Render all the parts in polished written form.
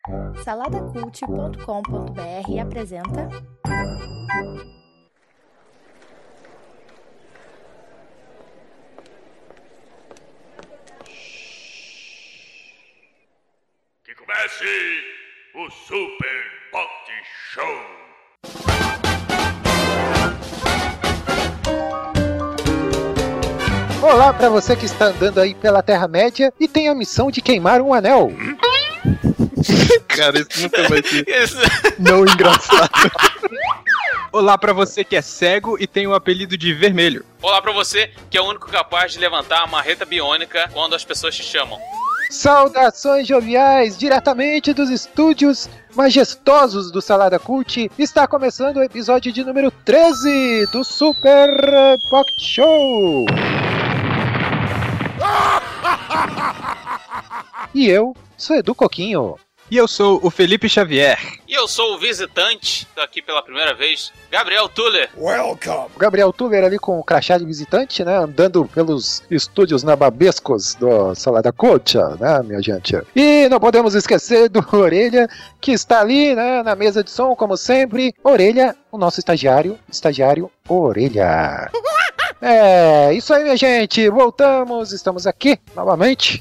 Saladacult.com.br apresenta... Que comece o Super Pot Show! Olá para você que está andando aí pela Terra-média e tem a missão de queimar um anel. Cara, isso nunca vai ser Não engraçado. Olá pra você que é cego e tem o apelido de vermelho. Olá pra você que é o único capaz de levantar a marreta biônica quando as pessoas te chamam. Saudações joviais, diretamente dos estúdios majestosos do Salada Cult. Está começando o episódio de número 13 do Super Pocket Show. E eu sou Edu Coquinho. E eu sou o Felipe Xavier. E eu sou o visitante, tô aqui pela primeira vez, Gabriel Tuller. Welcome! O Gabriel Tuller ali com o crachá de visitante, né? Andando pelos estúdios nababescos do Salada Cult, né, minha gente? E não podemos esquecer do Orelha, que está ali, né, na mesa de som, como sempre. Orelha, o nosso estagiário Orelha. É, isso aí, minha gente. Voltamos, estamos aqui novamente.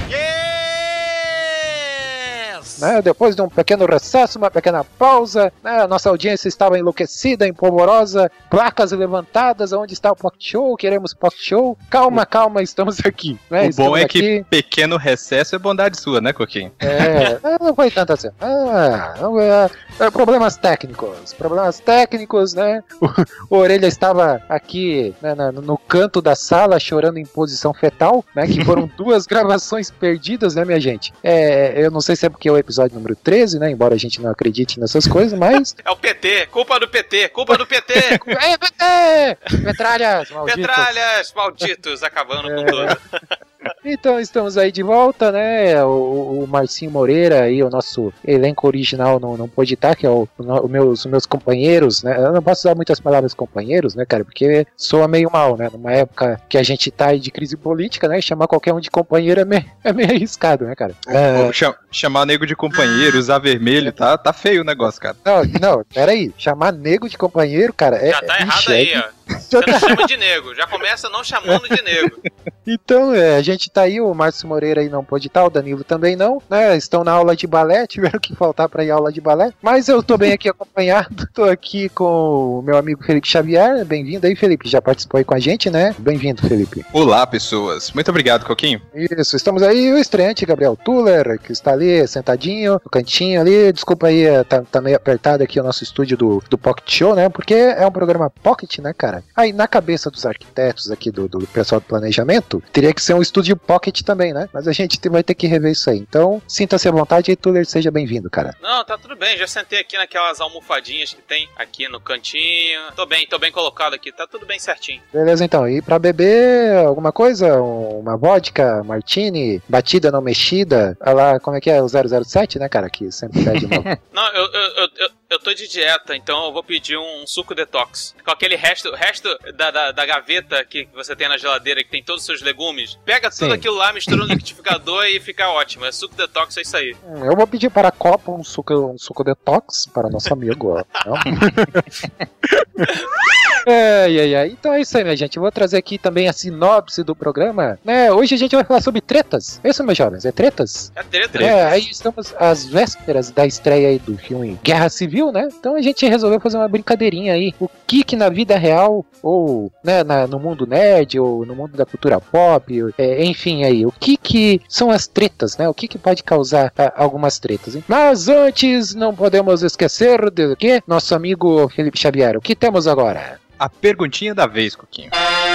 Né, depois de um pequeno recesso, uma pequena pausa, né, a nossa audiência estava enlouquecida, empolvorosa, placas levantadas, onde está o Pocket Show, queremos Pocket Show, calma, estamos aqui. Né, o bom é aqui. Que pequeno recesso é bondade sua, né, Coquinho? Não foi tanto assim. Problemas técnicos, né, o Orelha estava aqui, né, no canto da sala, chorando em posição fetal, né, que foram 2 gravações perdidas, né, minha gente? Eu não sei se é porque o episódio número 13, né? Embora a gente não acredite nessas coisas, mas... É o PT, culpa do PT! É PT! Metralhas malditos, acabando com tudo. Então estamos aí de volta, né? O Marcinho Moreira e o nosso elenco original não pôde estar, que é os meus companheiros, né? Eu não posso usar muitas palavras companheiros, né, cara? Porque soa meio mal, né? Numa época que a gente tá aí de crise política, né? Chamar qualquer um de companheiro é meio arriscado, né, cara? Chamar nego de companheiro, usar vermelho, tá feio o negócio, cara. Não, peraí. Chamar nego de companheiro, cara, já tá errado aí, ó. Você não chama de nego, já começa não chamando de nego. Então, a gente tá aí, o Márcio Moreira aí não pôde estar, o Danilo também não, né? Estão na aula de balé, tiveram que faltar pra ir à aula de balé. Mas eu tô bem aqui acompanhado, tô aqui com o meu amigo Felipe Xavier. Bem-vindo aí, Felipe, já participou aí com a gente, né? Bem-vindo, Felipe. Olá, pessoas. Muito obrigado, Coquinho. Isso, estamos aí, o estreante Gabriel Tuller, que está ali sentadinho, no cantinho ali. Desculpa aí, tá meio apertado aqui o nosso estúdio do Pocket Show, né? Porque é um programa Pocket, né, cara? Aí, na cabeça dos arquitetos aqui, do pessoal do planejamento, teria que ser um estúdio Pocket também, né? Mas a gente vai ter que rever isso aí. Então, sinta-se à vontade e Tuller, seja bem-vindo, cara. Não, tá tudo bem. Já sentei aqui naquelas almofadinhas que tem aqui no cantinho. Tô bem colocado aqui. Tá tudo bem certinho. Beleza, então. E pra beber alguma coisa? Uma vodka, martini, batida não mexida? Olha lá, como é que é? O 007, né, cara? Que sempre pede uma... Não, eu tô de dieta, então eu vou pedir um suco detox. Com aquele resto da gaveta que você tem na geladeira, que tem todos os seus legumes. Pega tudo aquilo lá, mistura no liquidificador e fica ótimo. É suco detox, é isso aí. Eu vou pedir para a Copa um suco detox para nosso amigo. Então é isso aí, minha gente. Eu vou trazer aqui também a sinopse do programa. Né? Hoje a gente vai falar sobre tretas. É isso, meus jovens? É tretas? É tretas. Aí estamos às vésperas da estreia aí do filme Guerra Civil, né? Então a gente resolveu fazer uma brincadeirinha aí. O que na vida real, ou né, no mundo nerd, ou no mundo da cultura pop, enfim aí, o que são as tretas, né? O que pode causar algumas tretas, hein? Mas antes, não podemos esquecer de que nosso amigo Felipe Xavier, o que temos agora? A perguntinha da vez, Coquinho.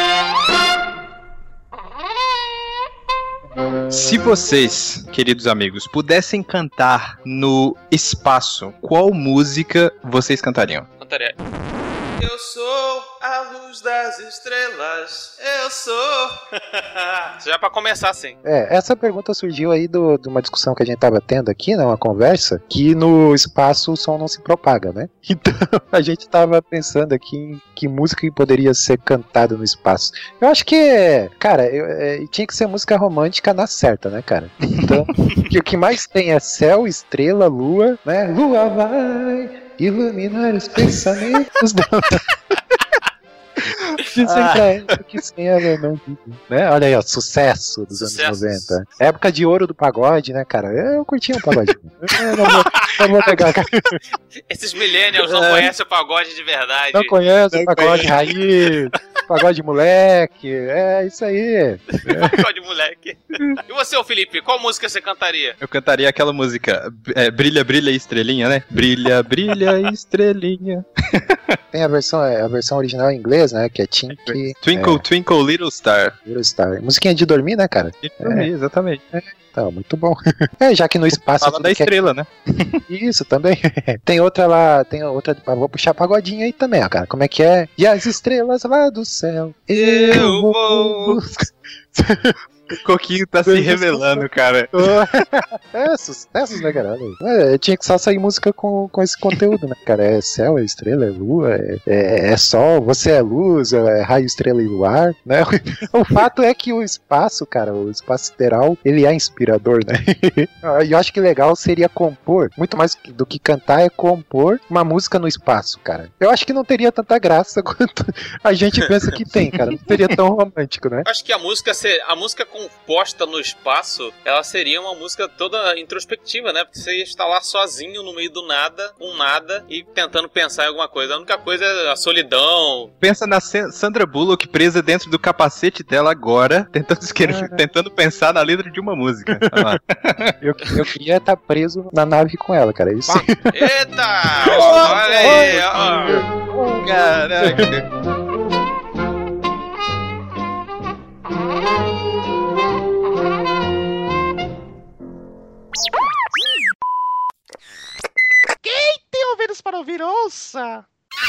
Se vocês, queridos amigos, pudessem cantar no espaço, qual música vocês cantariam? Cantaria Eu sou a luz das estrelas. Eu sou. Já pra começar assim. Essa pergunta surgiu aí de uma discussão que a gente tava tendo aqui, né? Uma conversa, que no espaço o som não se propaga, né? Então a gente tava pensando aqui em que música que poderia ser cantada no espaço. Eu acho que, cara, tinha que ser música romântica na certa, né, cara? Então, o que mais tem é céu, estrela, lua, né? Lua vai iluminar os pensamentos dela. Dizem pra ela que sim, ela não vive, né? Olha aí, ó, sucesso dos anos 90. Época de ouro do pagode, né, cara? Eu curti um pagode. Eu não vou pegar. Esses millennials não conhecem o pagode de verdade. Não conhecem o pagode raiz, pagode moleque. É isso aí. Pagode moleque. E você, ô Felipe, qual música você cantaria? Eu cantaria aquela música Brilha, Brilha Estrelinha, né? Brilha, Brilha Estrelinha. Tem a versão original em inglês, né? Que é Tink. Twinkle, Twinkle, Little Star. Little Star. Musiquinha de dormir, né, cara? De dormir, exatamente. Tá, muito bom. Já que no espaço... Fala da estrela, né? Isso, também. Tem outra lá, vou puxar pagodinho aí também, ó, cara. Como é que é? E as estrelas lá do céu, eu vou... O Coquinho tá se revelando, cara. Sucessos, né, cara? Tinha que só sair música com esse conteúdo, né, cara? É céu, é estrela, é lua, é sol, você é luz, é raio, estrela e luar, né? O fato é que o espaço, cara, o espaço sideral, ele é inspirador, né? E eu acho que legal seria compor, muito mais do que cantar, é compor uma música no espaço, cara. Eu acho que não teria tanta graça quanto a gente pensa que tem, cara. Não seria tão romântico, né? Acho que a música composta no espaço, ela seria uma música toda introspectiva, né? Porque você ia estar lá sozinho no meio do nada, com nada, e tentando pensar em alguma coisa. A única coisa é a solidão. Pensa na Sandra Bullock presa dentro do capacete dela agora, tentando pensar na letra de uma música. Eu queria estar preso na nave com ela, cara. Isso. Eita! Olha aí! Ó. Caraca! Quem tem ouvidos para ouvir, ouça!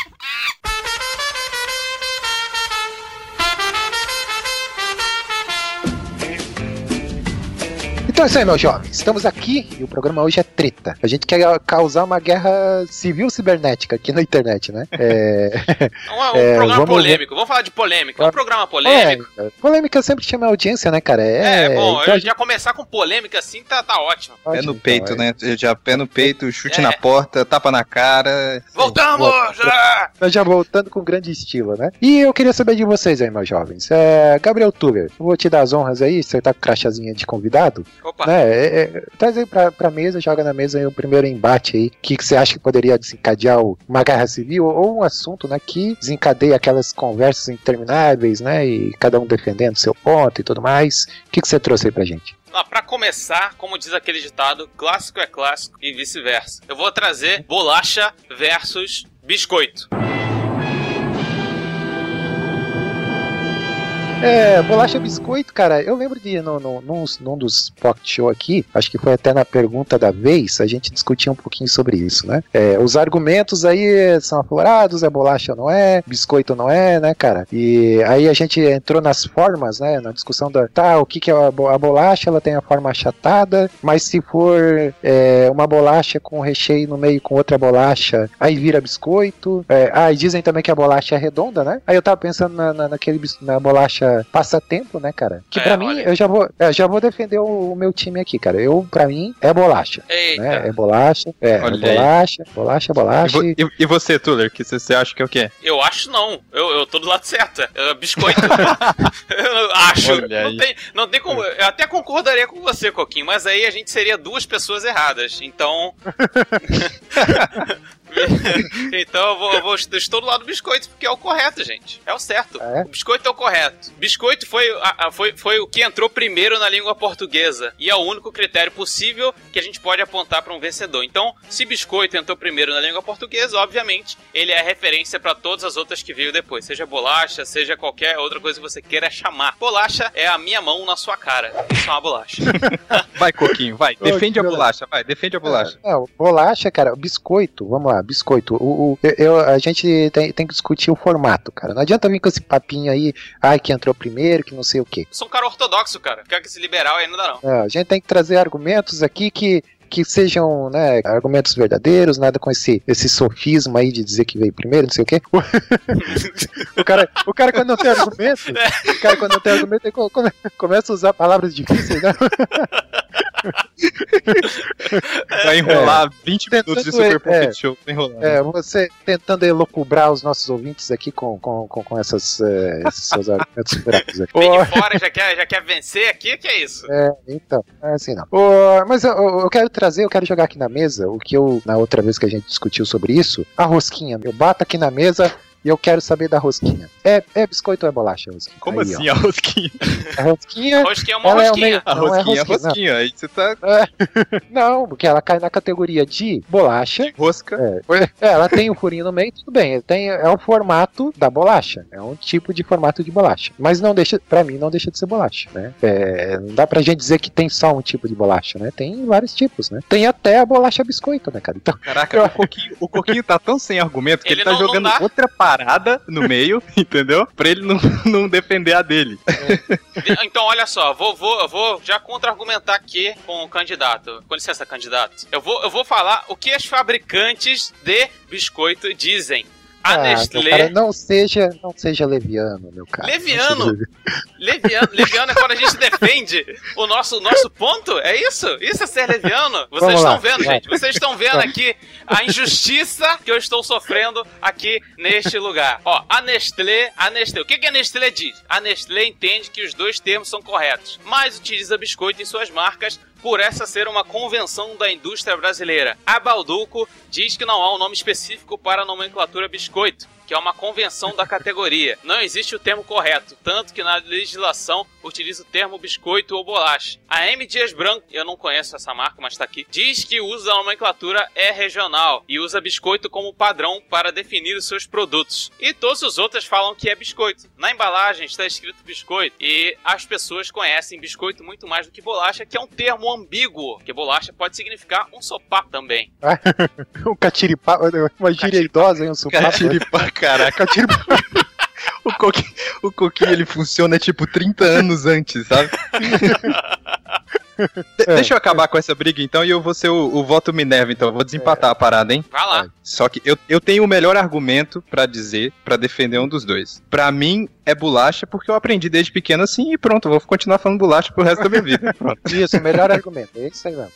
Então é isso aí, meus jovens. Estamos aqui e o programa hoje é treta. A gente quer causar uma guerra civil cibernética aqui na internet, né? Um programa polêmico. Vamos falar de polêmica. Um programa polêmico. Polêmica sempre chama audiência, né, cara? Bom, então já começar com polêmica assim tá ótimo. Pé no peito, né? Já pé no peito, chute na porta, tapa na cara. Voltamos! Já voltando com grande estilo, né? E eu queria saber de vocês aí, meus jovens. Gabriel Tuller, vou te dar as honras aí, você tá com crachazinha de convidado. Opa. Né? Traz aí pra mesa, joga na mesa aí o primeiro embate aí. O que você acha que poderia desencadear uma guerra civil ou um assunto, né, que desencadeia aquelas conversas intermináveis, né? E cada um defendendo seu ponto e tudo mais. O que você trouxe aí pra gente? Pra começar, como diz aquele ditado, clássico é clássico e vice-versa. Eu vou trazer bolacha versus biscoito. Bolacha biscoito, cara, eu lembro de num dos Pocket Show aqui, acho que foi até na pergunta da vez, a gente discutia um pouquinho sobre isso, né? Os argumentos aí são aflorados, bolacha ou não é, biscoito ou não é, né, cara? E aí a gente entrou nas formas, né, na discussão o que é a bolacha, ela tem a forma achatada, mas se for uma bolacha com recheio no meio com outra bolacha, aí vira biscoito. E dizem também que a bolacha é redonda, né? Aí eu tava pensando na bolacha passatempo, né, cara? Que pra mim, eu já vou defender o meu time aqui, cara. Pra mim, é bolacha. Né? É bolacha, bolacha. E você, Tuller, que você acha que é o quê? Eu acho não. Eu tô do lado certo. Biscoito. Eu acho. Não tem como. Eu até concordaria com você, Coquinho, mas aí a gente seria duas pessoas erradas. Então. Então eu estou do lado do biscoito, porque é o correto, gente. É o certo. O biscoito é o correto. Biscoito foi o que entrou primeiro na língua portuguesa e é o único critério possível que a gente pode apontar para um vencedor. Então, se biscoito entrou primeiro na língua portuguesa, obviamente, ele é referência para todas as outras que veio depois. Seja bolacha, seja qualquer outra coisa que você queira chamar. Bolacha é a minha mão na sua cara. Isso é uma bolacha. Vai, Coquinho, vai. Defende a bolacha, vai. Defende a bolacha. Bolacha, cara, biscoito, vamos lá. biscoito. A gente tem que discutir o formato, cara. Não adianta vir com esse papinho aí, que entrou primeiro, que não sei o quê. Eu sou um cara ortodoxo, cara. Ficar com esse liberal aí não dá, não. A gente tem que trazer argumentos aqui que sejam, né, argumentos verdadeiros, nada com esse sofisma aí de dizer que veio primeiro, não sei o quê. O cara quando não tem argumento, ele começa a usar palavras difíceis, né? Vai enrolar 20 minutos de Super Pocket Show. Você tentando elocubrar os nossos ouvintes aqui com esses seus argumentos fracos aqui. Vem de fora, já quer vencer aqui? Que é isso? Então, é assim não. Mas eu quero jogar aqui na mesa o que na outra vez que a gente discutiu sobre isso, a rosquinha. Eu bato aqui na mesa e eu quero saber da rosquinha. É biscoito ou é bolacha a rosquinha? Como aí, assim a rosquinha? A rosquinha... A rosquinha é uma rosquinha. A rosquinha é rosquinha. Aí você tá... Não, porque ela cai na categoria de bolacha. De rosca. Ela tem o furinho no meio, tudo bem. É o formato da bolacha. É um tipo de formato de bolacha. Mas pra mim não deixa de ser bolacha, né? Não dá pra gente dizer que tem só um tipo de bolacha, né? Tem vários tipos, né? Tem até a bolacha biscoito, né, cara? Então, caraca, o Coquinho tá tão sem argumento que ele tá jogando outra parada no meio, entendeu? Pra ele não defender a dele. Então, olha só, eu vou já contra-argumentar aqui com o candidato. Com licença, candidato. Eu vou falar o que as fabricantes de biscoito dizem. A Nestlé... Cara, não seja leviano, meu cara. Leviano é quando a gente defende o nosso ponto? É isso? Isso é ser leviano? Vocês estão vendo, gente? Vocês estão vendo aqui a injustiça que eu estou sofrendo aqui neste lugar. Ó, a Nestlé... O que a Nestlé diz? A Nestlé entende que os dois termos são corretos, mas utiliza biscoito em suas marcas por essa ser uma convenção da indústria brasileira. A Balduco diz que não há um nome específico para a nomenclatura biscoito, que é uma convenção da categoria. Não existe o termo correto, tanto que na legislação utiliza o termo biscoito ou bolacha. A M. Dias Branco, eu não conheço essa marca, mas tá aqui, diz que usa a nomenclatura regional e usa biscoito como padrão para definir os seus produtos. E todos os outros falam que é biscoito. Na embalagem está escrito biscoito e as pessoas conhecem biscoito muito mais do que bolacha, que é um termo ambíguo, porque bolacha pode significar um sopapo também. Um catiripá, uma gíria idosa, hein? Um sopapo. Catiripá, caraca, catiripá. O Coquinho, ele funciona tipo 30 anos antes, sabe? Deixa eu acabar com essa briga então e eu vou ser o voto Minerva, então eu vou desempatar a parada, hein? Vai lá. Só que eu tenho o melhor argumento pra dizer, pra defender um dos dois. Pra mim é bolacha porque eu aprendi desde pequeno assim e pronto, eu vou continuar falando bolacha pro resto da minha vida. Pronto. Isso, o melhor argumento, é isso aí mesmo.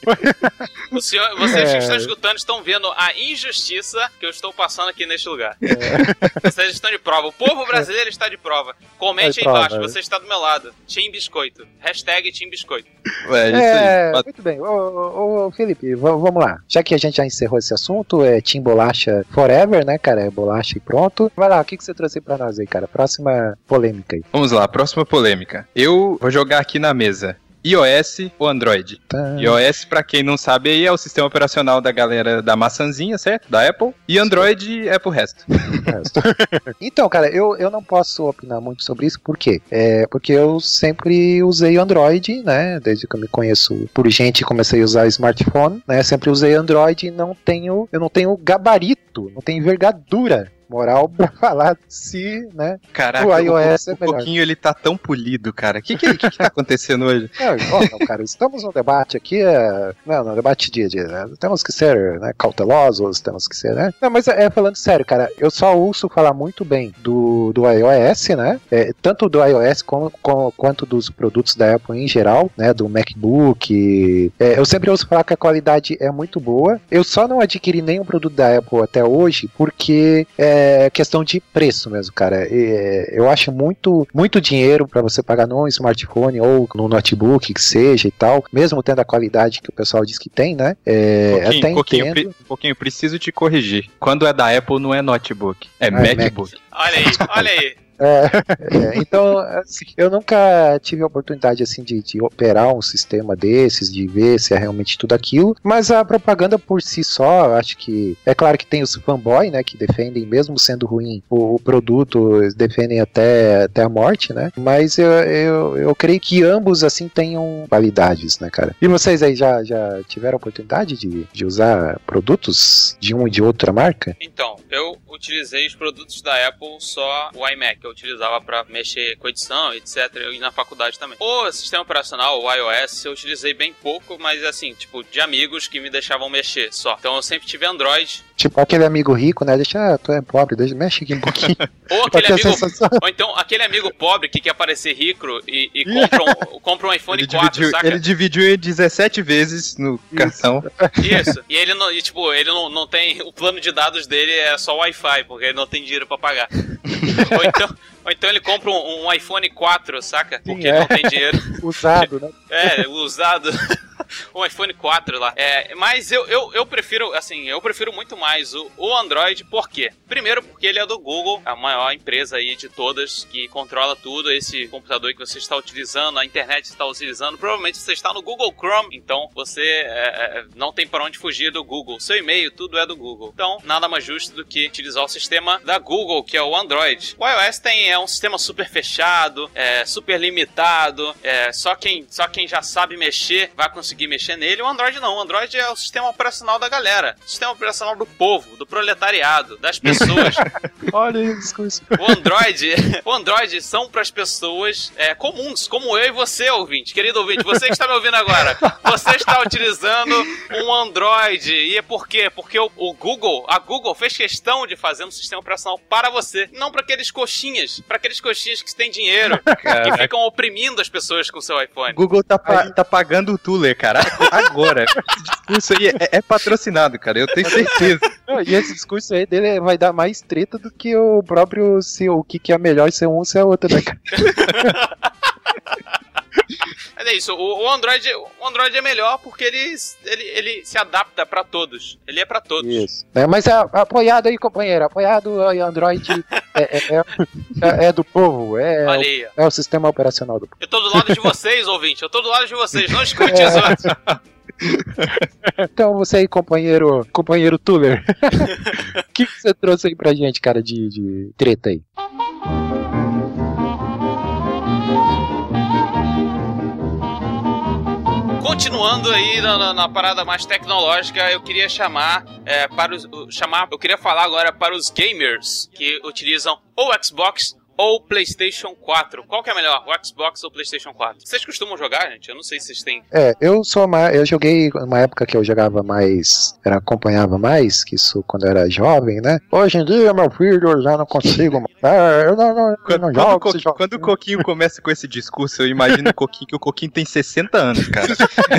Vocês que estão escutando estão vendo a injustiça que eu estou passando aqui neste lugar. Vocês estão de prova, o povo brasileiro está de prova. Comente aí embaixo, você está do meu lado. Team Biscoito. Hashtag Team Biscoito. Muito bem. Ô, Felipe, vamos lá. Já que a gente já encerrou esse assunto, é Team Bolacha Forever, né, cara? É bolacha e pronto. Vai lá, o que você trouxe pra nós aí, cara? Próxima polêmica aí. Vamos lá, próxima polêmica. Eu vou jogar aqui na mesa iOS ou Android? iOS, pra quem não sabe, aí é o sistema operacional da galera da maçãzinha, certo? Da Apple. E Android é pro resto. Então, cara, eu não posso opinar muito sobre isso, por quê? Porque eu sempre usei Android, né? Desde que eu me conheço por gente e comecei a usar smartphone, né? Sempre usei Android e eu não tenho gabarito, não tenho envergadura moral pra falar se, né? Caraca, o iOS é melhor. Pouquinho ele tá tão polido, cara. O que tá acontecendo hoje? Não, cara, estamos num debate aqui, num debate né? Temos que ser, né, cautelosos, temos que ser, né? Não, mas falando sério, cara, eu só ouço falar muito bem do iOS, né? Tanto do iOS quanto dos produtos da Apple em geral, né? Do MacBook. Eu sempre ouço falar que a qualidade é muito boa. Eu só não adquiri nenhum produto da Apple até hoje porque questão de preço mesmo, cara. Eu acho muito muito dinheiro para você pagar num smartphone ou no notebook que seja e tal, mesmo tendo a qualidade que o pessoal diz que tem, né? Até entendo. Um pouquinho, preciso te corrigir. Quando é da Apple não é notebook, é MacBook. Olha aí. Então, assim, eu nunca tive a oportunidade assim de operar um sistema desses, de ver se é realmente tudo aquilo, mas a propaganda por si só, eu acho que é claro que tem os fanboy, né, que defendem, mesmo sendo ruim, o produto, eles defendem até a morte, né, mas eu creio que ambos assim tenham qualidades, né, cara. E vocês aí já tiveram a oportunidade de usar produtos de uma e de outra marca? Então, eu utilizei os produtos da Apple, só o iMac eu utilizava pra mexer com edição, etc, e na faculdade também. O sistema operacional, o iOS, eu utilizei bem pouco, mas assim, tipo, de amigos que me deixavam mexer só. Então eu sempre tive Android. Tipo aquele amigo rico, né? Tu é pobre, mexe aqui um pouquinho. Ou então aquele amigo pobre que quer parecer rico e compra um iPhone 4, saca? Ele dividiu em 17 vezes no cartão. Isso. E ele não tem... O plano de dados dele é só Wi-Fi, porque ele não tem dinheiro pra pagar. Ou então ele compra um iPhone 4, saca? Porque ele não tem dinheiro. Usado, né? Usado. Um iPhone 4 lá. Mas eu prefiro, assim, muito mais o Android. Por quê? Primeiro, porque ele é do Google, a maior empresa aí de todas, que controla tudo. Esse computador que você está utilizando, a internet está utilizando, provavelmente você está no Google Chrome, então você não tem para onde fugir do Google. Seu e-mail, tudo é do Google. Então, nada mais justo do que utilizar o sistema da Google, que é o Android. O iOS é um sistema super fechado, super limitado, só quem já sabe mexer vai conseguir mexer nele. O Android não. O Android é o sistema operacional da galera. O sistema operacional do povo, do proletariado, das pessoas. Olha aí o discurso. O Android são para as pessoas comuns, como eu e você, ouvinte. Querido ouvinte, você que está me ouvindo agora, você está utilizando um Android. E é por quê? Porque a Google fez questão de fazer um sistema operacional para você, não para aqueles coxinhas que têm dinheiro, que ficam oprimindo as pessoas com o seu iPhone. Google tá pagando o Tuller, cara, agora. Esse discurso aí é patrocinado, cara, eu tenho certeza. E esse discurso aí dele vai dar mais treta do que o próprio o que é melhor ser um ou ser outro, né, cara? Mas é isso, o Android é melhor porque ele se adapta pra todos. Ele é pra todos. Isso. Mas apoiado aí, companheiro. Apoiado aí, Android é do povo. Olha aí. É o sistema operacional do povo. Eu tô do lado de vocês, ouvinte. Eu tô do lado de vocês. Não escute os outros. Então você aí, companheiro Tuller. O que você trouxe aí pra gente, cara, de treta aí? Continuando aí na parada mais tecnológica, eu queria eu queria falar agora para os gamers que utilizam ou Xbox ou PlayStation 4. Qual que é melhor, o Xbox ou o PlayStation 4? Vocês costumam jogar, gente? Eu não sei se vocês têm. Eu joguei numa época que eu jogava mais, acompanhava mais, que isso quando eu era jovem, né? Hoje em dia, meu filho, eu já não consigo mais. Eu não jogo. Quando o Coquinho começa com esse discurso, eu imagino que o Coquinho tem 60 anos, cara.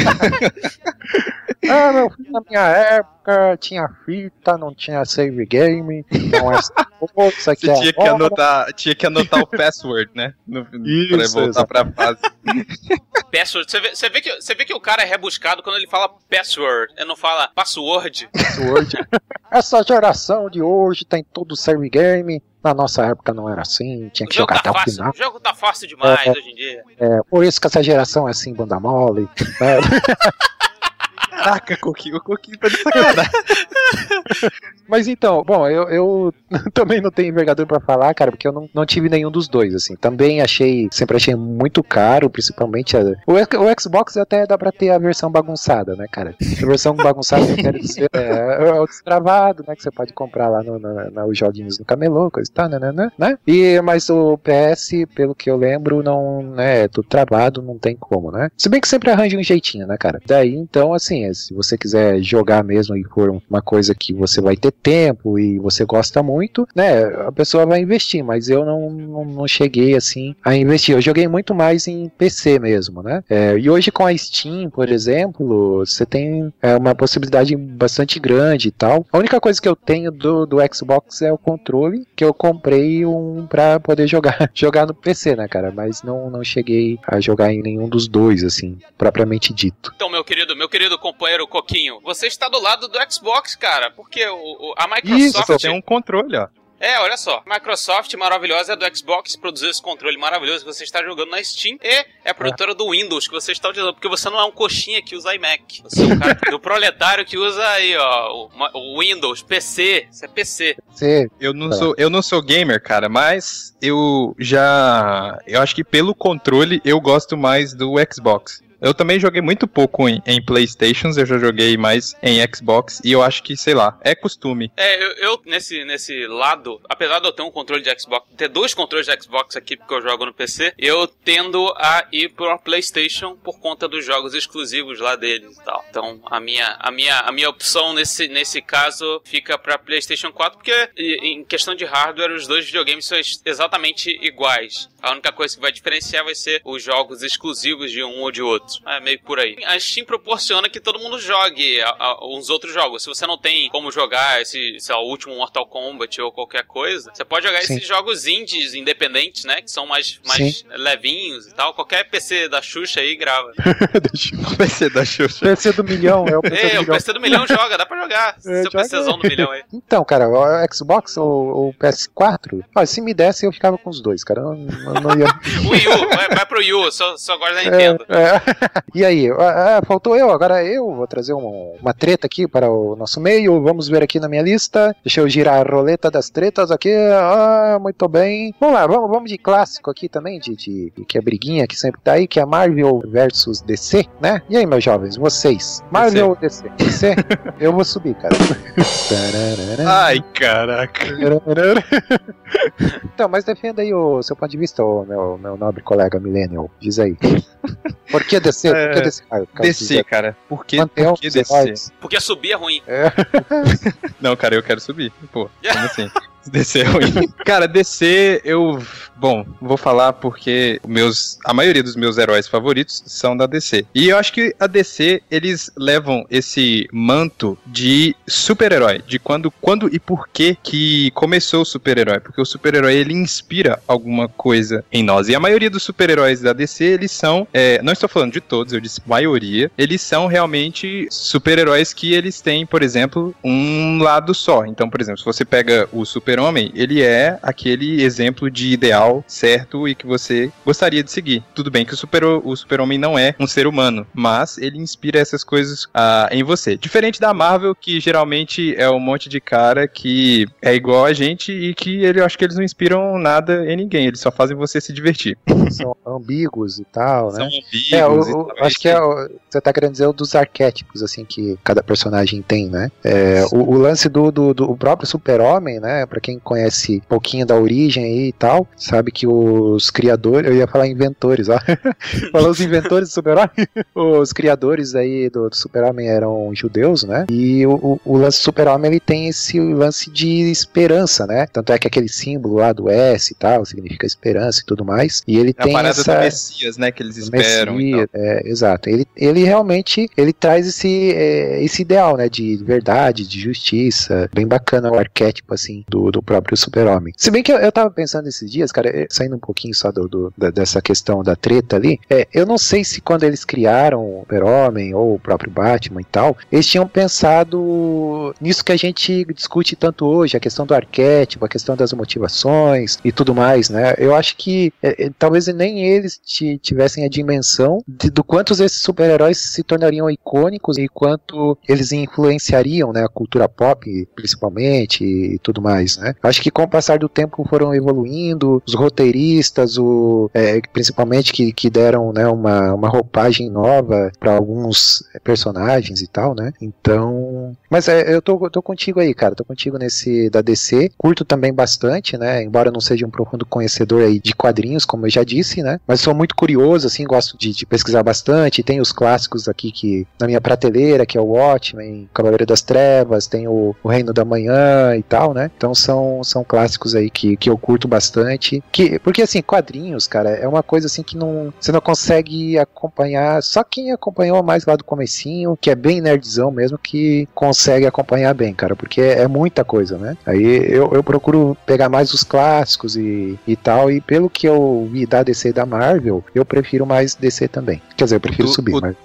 Meu filho, na minha época tinha fita, não tinha save game, não é isso aqui. Você tinha que anotar o password, né? Pra voltar pra fase. Password. Você vê que o cara é rebuscado quando ele fala password. Ele não fala password. Essa geração de hoje tem todo save game. Na nossa época não era assim, tinha que jogar até o final. O jogo tá fácil demais hoje em dia. Por isso que essa geração é assim, bunda mole. Caraca, o Coquinho tá de sacanagem. Mas então, bom, eu também não tenho envergadura pra falar, cara, porque eu não tive nenhum dos dois, assim. Também sempre achei muito caro, principalmente o Xbox até dá pra ter a versão bagunçada, né, cara? A versão bagunçada que eu quero dizer é o destravado, né, que você pode comprar lá nos joguinhos no camelô, coisa e tal, né? Mas o PS, pelo que eu lembro, não é tudo travado, não tem como, né? Se bem que sempre arranja um jeitinho, né, cara? Daí, então, assim, se você quiser jogar mesmo e for uma coisa que você vai ter tempo e você gosta muito, né, a pessoa vai investir, mas eu não cheguei assim a investir. Eu joguei muito mais em PC mesmo, né? E hoje com a Steam, por exemplo, você tem uma possibilidade bastante grande e tal. A única coisa que eu tenho do Xbox é o controle, que eu comprei pra poder jogar no PC, né, cara? Mas não cheguei a jogar em nenhum dos dois, assim, propriamente dito. Então, meu querido companheiro Coquinho, você está do lado do Xbox, cara, porque a Microsoft... Isso, tem um controle, ó. Olha só. Microsoft maravilhosa é do Xbox, produziu esse controle maravilhoso que você está jogando na Steam e é a produtora do Windows que você está utilizando, porque você não é um coxinha que usa iMac. Você é um cara do proletário que usa aí, ó, o Windows, PC. Isso é PC. Você... Eu não sou gamer, cara, mas eu acho que pelo controle eu gosto mais do Xbox. Eu também joguei muito pouco em Playstations, eu já joguei mais em Xbox e eu acho que, sei lá, é costume. Eu nesse lado, apesar de eu ter um controle de Xbox, ter 2 controles de Xbox aqui porque eu jogo no PC, eu tendo a ir pra PlayStation por conta dos jogos exclusivos lá deles e tal. Então, a minha opção nesse caso fica pra PlayStation 4, porque em questão de hardware, os 2 videogames são exatamente iguais. A única coisa que vai diferenciar vai ser os jogos exclusivos de um ou de outro. É meio por aí. A Steam proporciona que todo mundo jogue uns outros jogos. Se você não tem como jogar esse, sei lá, o último Mortal Kombat ou qualquer coisa, você pode jogar esses jogos indies independentes, né? Que são mais levinhos e tal. Qualquer PC da Xuxa aí grava. PC da Xuxa. PC do milhão, é o PC do milhão. O PC do milhão joga, dá pra jogar. Seu PCzão do milhão aí. Então, cara, o Xbox ou o PS4, se me desse eu ficava com os 2, cara. Eu não ia... O Wii U, vai pro Wii U, só gosta da Nintendo. E aí, faltou eu, agora eu vou trazer uma treta aqui para o nosso meio, vamos ver aqui na minha lista, deixa eu girar a roleta das tretas aqui, muito bem, vamos lá, vamos de clássico aqui também, que é briguinha que sempre tá aí, que é Marvel versus DC, né? E aí, meus jovens, vocês, Marvel ou DC? DC? Eu vou subir, cara. Ai, caraca. Então, mas defenda aí o seu ponto de vista, meu nobre colega Millennial, diz aí. Por que DC? Por que DC? DC, cara. Por que DC? Porque subir é ruim. Não, cara, eu quero subir. Pô, como assim? DC é ruim. Cara, DC, vou falar porque a maioria dos meus heróis favoritos são da DC. E eu acho que a DC, eles levam esse manto de super-herói, de quando e por que começou o super-herói. Porque o super-herói, ele inspira alguma coisa em nós. E a maioria dos super-heróis da DC, eles são, não estou falando de todos, eu disse maioria, eles são realmente super-heróis que eles têm, por exemplo, um lado só. Então, por exemplo, se você pega o Super-Homem, ele é aquele exemplo de ideal certo e que você gostaria de seguir. Tudo bem que o Super-Homem não é um ser humano, mas ele inspira essas coisas em você. Diferente da Marvel, que geralmente é um monte de cara que é igual a gente e que eu acho que eles não inspiram nada em ninguém, eles só fazem você se divertir. São ambíguos e tal, né? São ambíguos acho que você tá querendo dizer dos arquétipos, assim, que cada personagem tem, né? O lance do próprio Super-Homem, né? Pra quem conhece um pouquinho da origem aí e tal, sabe que os criadores, eu ia falar inventores, ó. Falou os inventores do Super-Homem. Os criadores aí do Super-Homem eram judeus, né? E o lance do Super-Homem, ele tem esse lance de esperança, né? Tanto é que aquele símbolo lá do S e tal, significa esperança e tudo mais. E ele tem a parada do Messias, né? Que eles esperam. Messias, exato. Ele realmente, ele traz esse ideal, né? De verdade, de justiça. Bem bacana o arquétipo, assim, do próprio Super-Homem. Se bem que eu tava pensando esses dias, cara, saindo um pouquinho só dessa questão da treta ali, eu não sei se quando eles criaram o Super-Homem ou o próprio Batman e tal, eles tinham pensado nisso que a gente discute tanto hoje, a questão do arquétipo, a questão das motivações e tudo mais, né? Eu acho que talvez nem eles tivessem a dimensão do quantos esses super-heróis se tornariam icônicos e quanto eles influenciariam, né, a cultura pop, principalmente, e tudo mais, né? Acho que com o passar do tempo foram evoluindo, os roteiristas, principalmente que deram, né, uma roupagem nova para alguns personagens e tal, né? Então, mas eu tô contigo aí, cara, tô contigo nesse da DC, curto também bastante, né? Embora não seja um profundo conhecedor aí de quadrinhos, como eu já disse, né? Mas sou muito curioso, assim, gosto de pesquisar bastante. Tem os clássicos aqui que na minha prateleira, que é o Watchmen, Cavaleiro das Trevas, tem o Reino da Manhã e tal, né? Então são clássicos aí que eu curto bastante. Porque assim, quadrinhos, cara, é uma coisa assim que você não consegue acompanhar, só quem acompanhou mais lá do comecinho, que é bem nerdzão mesmo, que consegue acompanhar bem, cara, porque é muita coisa, né? Aí eu procuro pegar mais os clássicos e tal, e pelo que eu vi da DC e da Marvel, eu prefiro mais DC também. Quer dizer, eu prefiro subir. Mas...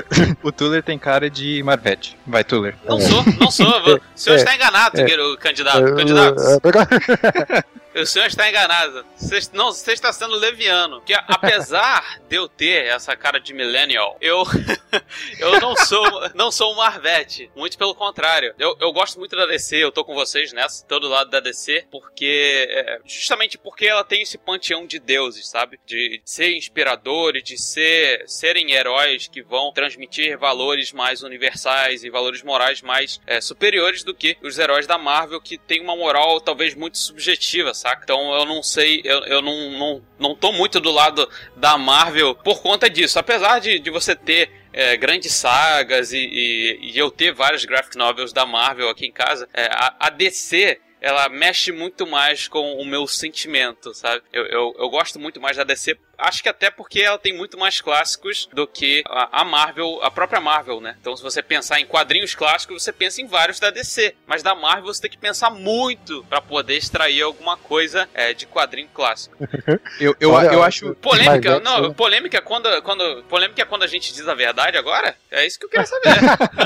O Tuller tem cara de Marvete. Vai, Tuller. Não sou. O senhor está enganado, candidato. O senhor está enganado. Você está sendo leviano. Que apesar de eu ter essa cara de millennial, eu não sou um Marvete. Muito pelo contrário. Eu gosto muito da DC, eu tô com vocês nessa, todo lado da DC, justamente porque ela tem esse panteão de deuses, sabe? De ser inspiradores, de serem heróis que vão transmitir valores mais universais e valores morais mais superiores do que os heróis da Marvel, que tem uma moral talvez muito subjetiva, saca? Então eu não sei, eu não tô muito do lado da Marvel por conta disso. Apesar de você ter grandes sagas e eu ter vários graphic novels da Marvel aqui em casa, a DC, ela mexe muito mais com o meu sentimento, sabe? Eu gosto muito mais da DC, acho que até porque ela tem muito mais clássicos do que a Marvel, a própria Marvel, né? Então, se você pensar em quadrinhos clássicos, você pensa em vários da DC. Mas da Marvel você tem que pensar muito pra poder extrair alguma coisa de quadrinho clássico. Eu acho... Polêmica, não, polêmica é quando a gente diz a verdade agora? É isso que eu quero saber.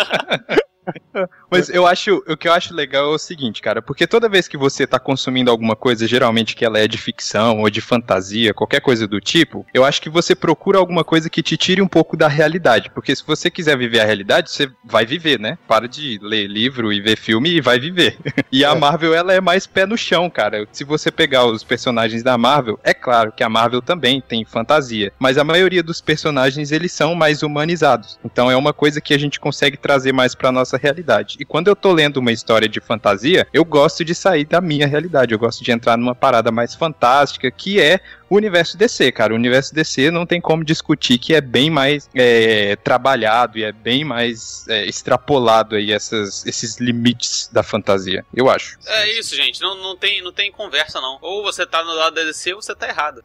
Mas o que eu acho legal é o seguinte, cara, porque toda vez que você tá consumindo alguma coisa, geralmente que ela é de ficção ou de fantasia, qualquer coisa do tipo, eu acho que você procura alguma coisa que te tire um pouco da realidade, porque se você quiser viver a realidade, você vai viver, né? Para de ler livro e ver filme e vai viver. E a Marvel, ela é mais pé no chão, cara. Se você pegar os personagens da Marvel, é claro que a Marvel também tem fantasia, mas a maioria dos personagens, eles são mais humanizados. Então é uma coisa que a gente consegue trazer mais pra nossa realidade. E quando eu tô lendo uma história de fantasia, eu gosto de sair da minha realidade, eu gosto de entrar numa parada mais fantástica, que é o universo DC, cara. O universo DC não tem como discutir que é bem mais trabalhado e é bem mais extrapolado aí esses limites da fantasia, eu acho. É isso, gente, não tem conversa não. Ou você tá no lado da DC ou você tá errado.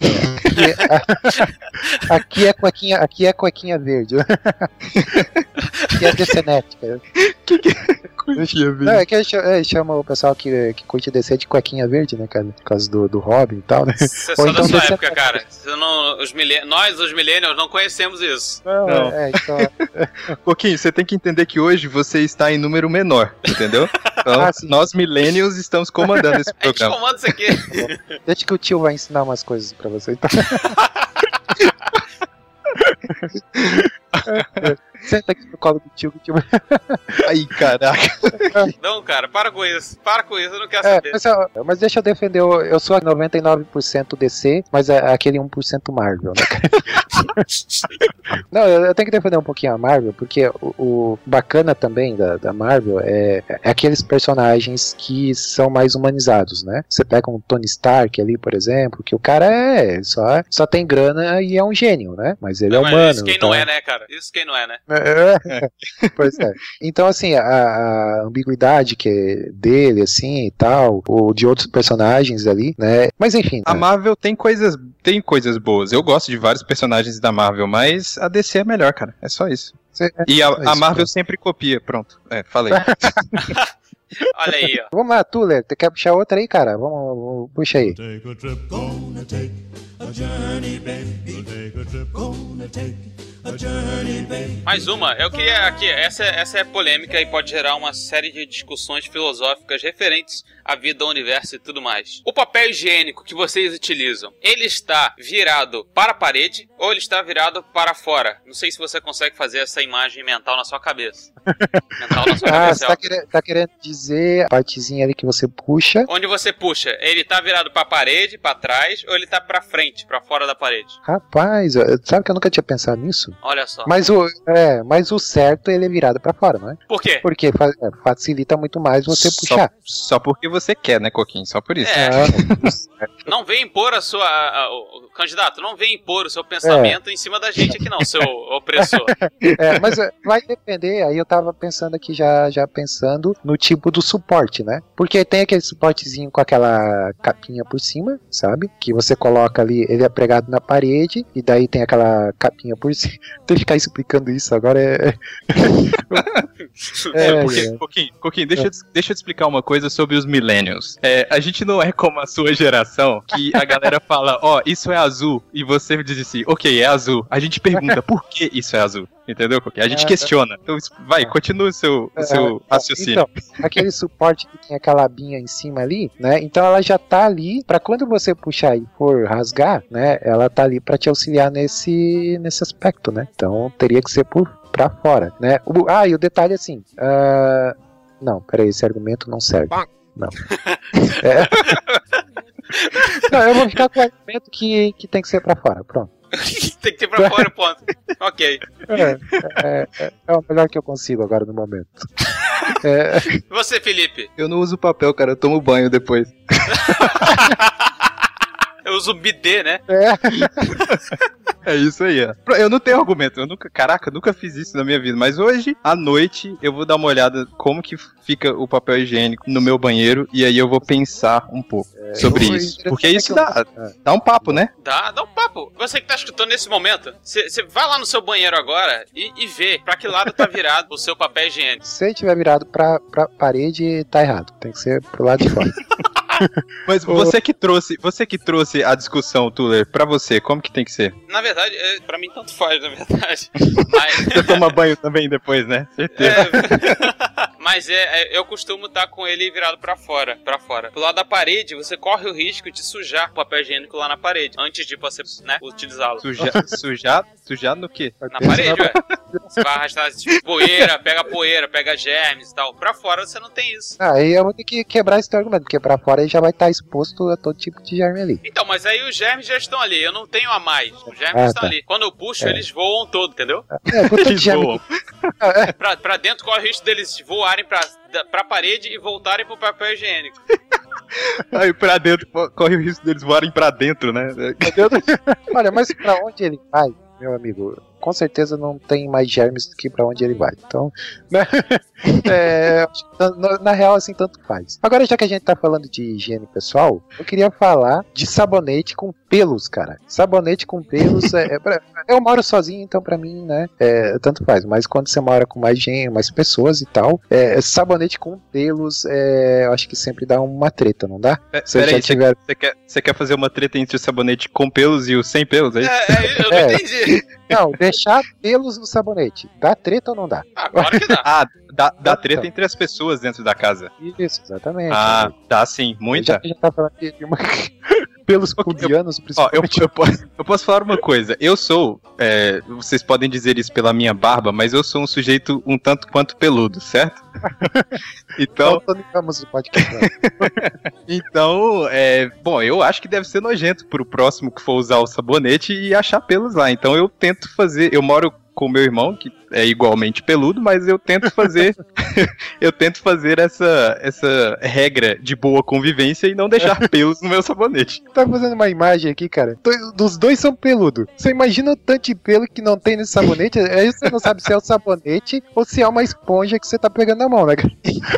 Aqui é cuequinha verde. Aqui é DCnética. Não, é que chama o pessoal que curte DC de cuequinha verde, né, cara? Por causa do Robin e tal, né? Isso é só da sua época, cara. Nós, os millennials, não conhecemos isso. Não. Então... Coquinho, você tem que entender que hoje você está em número menor, entendeu? Então, nós millennials estamos comandando esse programa. A gente comanda isso aqui. Deixa que o tio vai ensinar umas coisas pra você, então. Senta aqui no colo do tio, Aí, caraca. Não, cara, para com isso, eu não quero saber. Mas deixa eu defender, eu sou 99% DC, mas é aquele 1% Marvel, né, cara? Não, eu tenho que defender um pouquinho a Marvel, porque o bacana também da Marvel é aqueles personagens que são mais humanizados, né? Você pega um Tony Stark ali, por exemplo, que o cara só tem grana e é um gênio, né? Mas ele é humano. Isso quem não é, né, cara? Isso quem não é, né? Pois é. Então, assim, a ambiguidade que é dele, assim, e tal, ou de outros personagens ali, né? Mas enfim. A Marvel tem coisas boas. Eu gosto de vários personagens da Marvel, mas a DC é melhor, cara. É só isso. E a Marvel sempre copia. Pronto. Falei. Olha aí, ó. Vamos lá, Tuller. Você quer puxar outra aí, cara? Vamos puxa aí. Take a trip, gonna take a journey, baby. Take a trip, gonna take a journey, baby. Mais uma, eu queria aqui, essa é polêmica e pode gerar uma série de discussões filosóficas referentes à vida, ao universo e tudo mais. O papel higiênico que vocês utilizam, ele está virado para a parede ou ele está virado para fora? Não sei se você consegue fazer essa imagem mental na sua cabeça. Você tá querendo dizer a partezinha ali que você puxa? Onde você puxa, ele tá virado para a parede, para trás, ou ele tá para frente, para fora da parede? Rapaz, sabe que eu nunca tinha pensado nisso? Olha só. Mas o certo ele é virado pra fora, não é? Por quê? Porque facilita muito mais você puxar. Só porque você quer, né, Coquinho? Só por isso. Não vem impor o candidato, não vem impor o seu pensamento em cima da gente aqui não, seu opressor. Mas vai depender, aí eu tava pensando aqui, já pensando no tipo do suporte, né? Porque tem aquele suportezinho com aquela capinha por cima, sabe? Que você coloca ali, ele é pregado na parede, e daí tem aquela capinha por cima. Tem que ficar explicando isso agora. Coquinho, deixa eu te explicar uma coisa sobre os millennials. A gente não é como a sua geração, que a galera fala, isso é azul, e você diz assim, ok, é azul. A gente pergunta, por que isso é azul? entendeu? Porque a gente questiona. Então, vai, continua o seu raciocínio. Então, aquele suporte que tem aquela abinha em cima ali, né? Então ela já tá ali, pra quando você puxar e for rasgar, né? Ela tá ali pra te auxiliar nesse aspecto, né? Então teria que ser pra fora, né? E o detalhe assim, não, peraí, esse argumento não serve. Não. Não, eu vou ficar com o argumento que tem que ser pra fora, pronto. Tem que ter pra fora, ponto. Ok. É o melhor que eu consigo agora no momento. E você, Felipe? Eu não uso papel, cara, eu tomo banho depois. Eu uso bidê, né? É isso aí, ó. Eu não tenho argumento, eu nunca fiz isso na minha vida, mas hoje, à noite, eu vou dar uma olhada como que fica o papel higiênico no meu banheiro, e aí eu vou pensar um pouco sobre isso. Porque isso dá um papo, né? Dá um papo. Você que tá escutando nesse momento, você vai lá no seu banheiro agora e vê pra que lado tá virado o seu papel higiênico. Se ele tiver virado pra parede, tá errado. Tem que ser pro lado de fora. Mas você que trouxe a discussão, Tuller, pra você, como que tem que ser? Na verdade, pra mim tanto faz, na verdade. Mas... Você toma banho também depois, né? Certeza. Mas eu costumo estar com ele virado pra fora. Pro lado da parede, você corre o risco de sujar o papel higiênico lá na parede, antes de você, né, utilizá-lo. Sujar no quê? Na parede, ué. Você vai arrastar poeira, pega germes e tal. Pra fora você não tem isso. Aí eu vou ter que quebrar esse teu argumento, porque pra fora ele já vai estar exposto a todo tipo de germe ali. Então, mas aí os germes já estão ali, eu não tenho a mais. Os germes estão ali. Quando eu puxo, eles voam todo, entendeu? Eles voam. Pra dentro corre o risco deles voarem pra parede e voltarem pro papel higiênico. Aí pra dentro, corre o risco deles voarem pra dentro, né? Olha, mas pra onde ele vai, meu amigo? Com certeza não tem mais germes do que pra onde ele vai. Então, né? Na real, assim, tanto faz. Agora, já que a gente tá falando de higiene pessoal, eu queria falar de sabonete com pelos, cara. Sabonete com pelos, eu moro sozinho, então pra mim, né, tanto faz. Mas quando você mora com mais gente, mais pessoas e tal, sabonete com pelos, eu acho que sempre dá uma treta, não dá? Peraí, você quer fazer uma treta entre o sabonete com pelos e o sem pelos, é isso? Eu não entendi. Não, deixar pelos no sabonete. Dá treta ou não dá? Claro que dá. Dá treta entre as pessoas dentro da casa. Isso, exatamente. Dá sim, muita. Já tá falando de uma... pelos pubianos, principalmente. Eu posso falar uma coisa. Eu sou, vocês podem dizer isso pela minha barba, mas eu sou um sujeito um tanto quanto peludo, certo? Então... Vamos o podcast. Então, bom, eu acho que deve ser nojento pro próximo que for usar o sabonete e achar pelos lá. Então eu tento fazer... Eu moro com meu irmão, que é igualmente peludo, mas eu tento fazer essa regra de boa convivência e não deixar pelos no meu sabonete. Tá fazendo uma imagem aqui, cara. Dos dois são peludos. Você imagina o tanto de pelo que não tem nesse sabonete? Aí você não sabe se é o sabonete ou se é uma esponja que você tá pegando na mão, né, cara?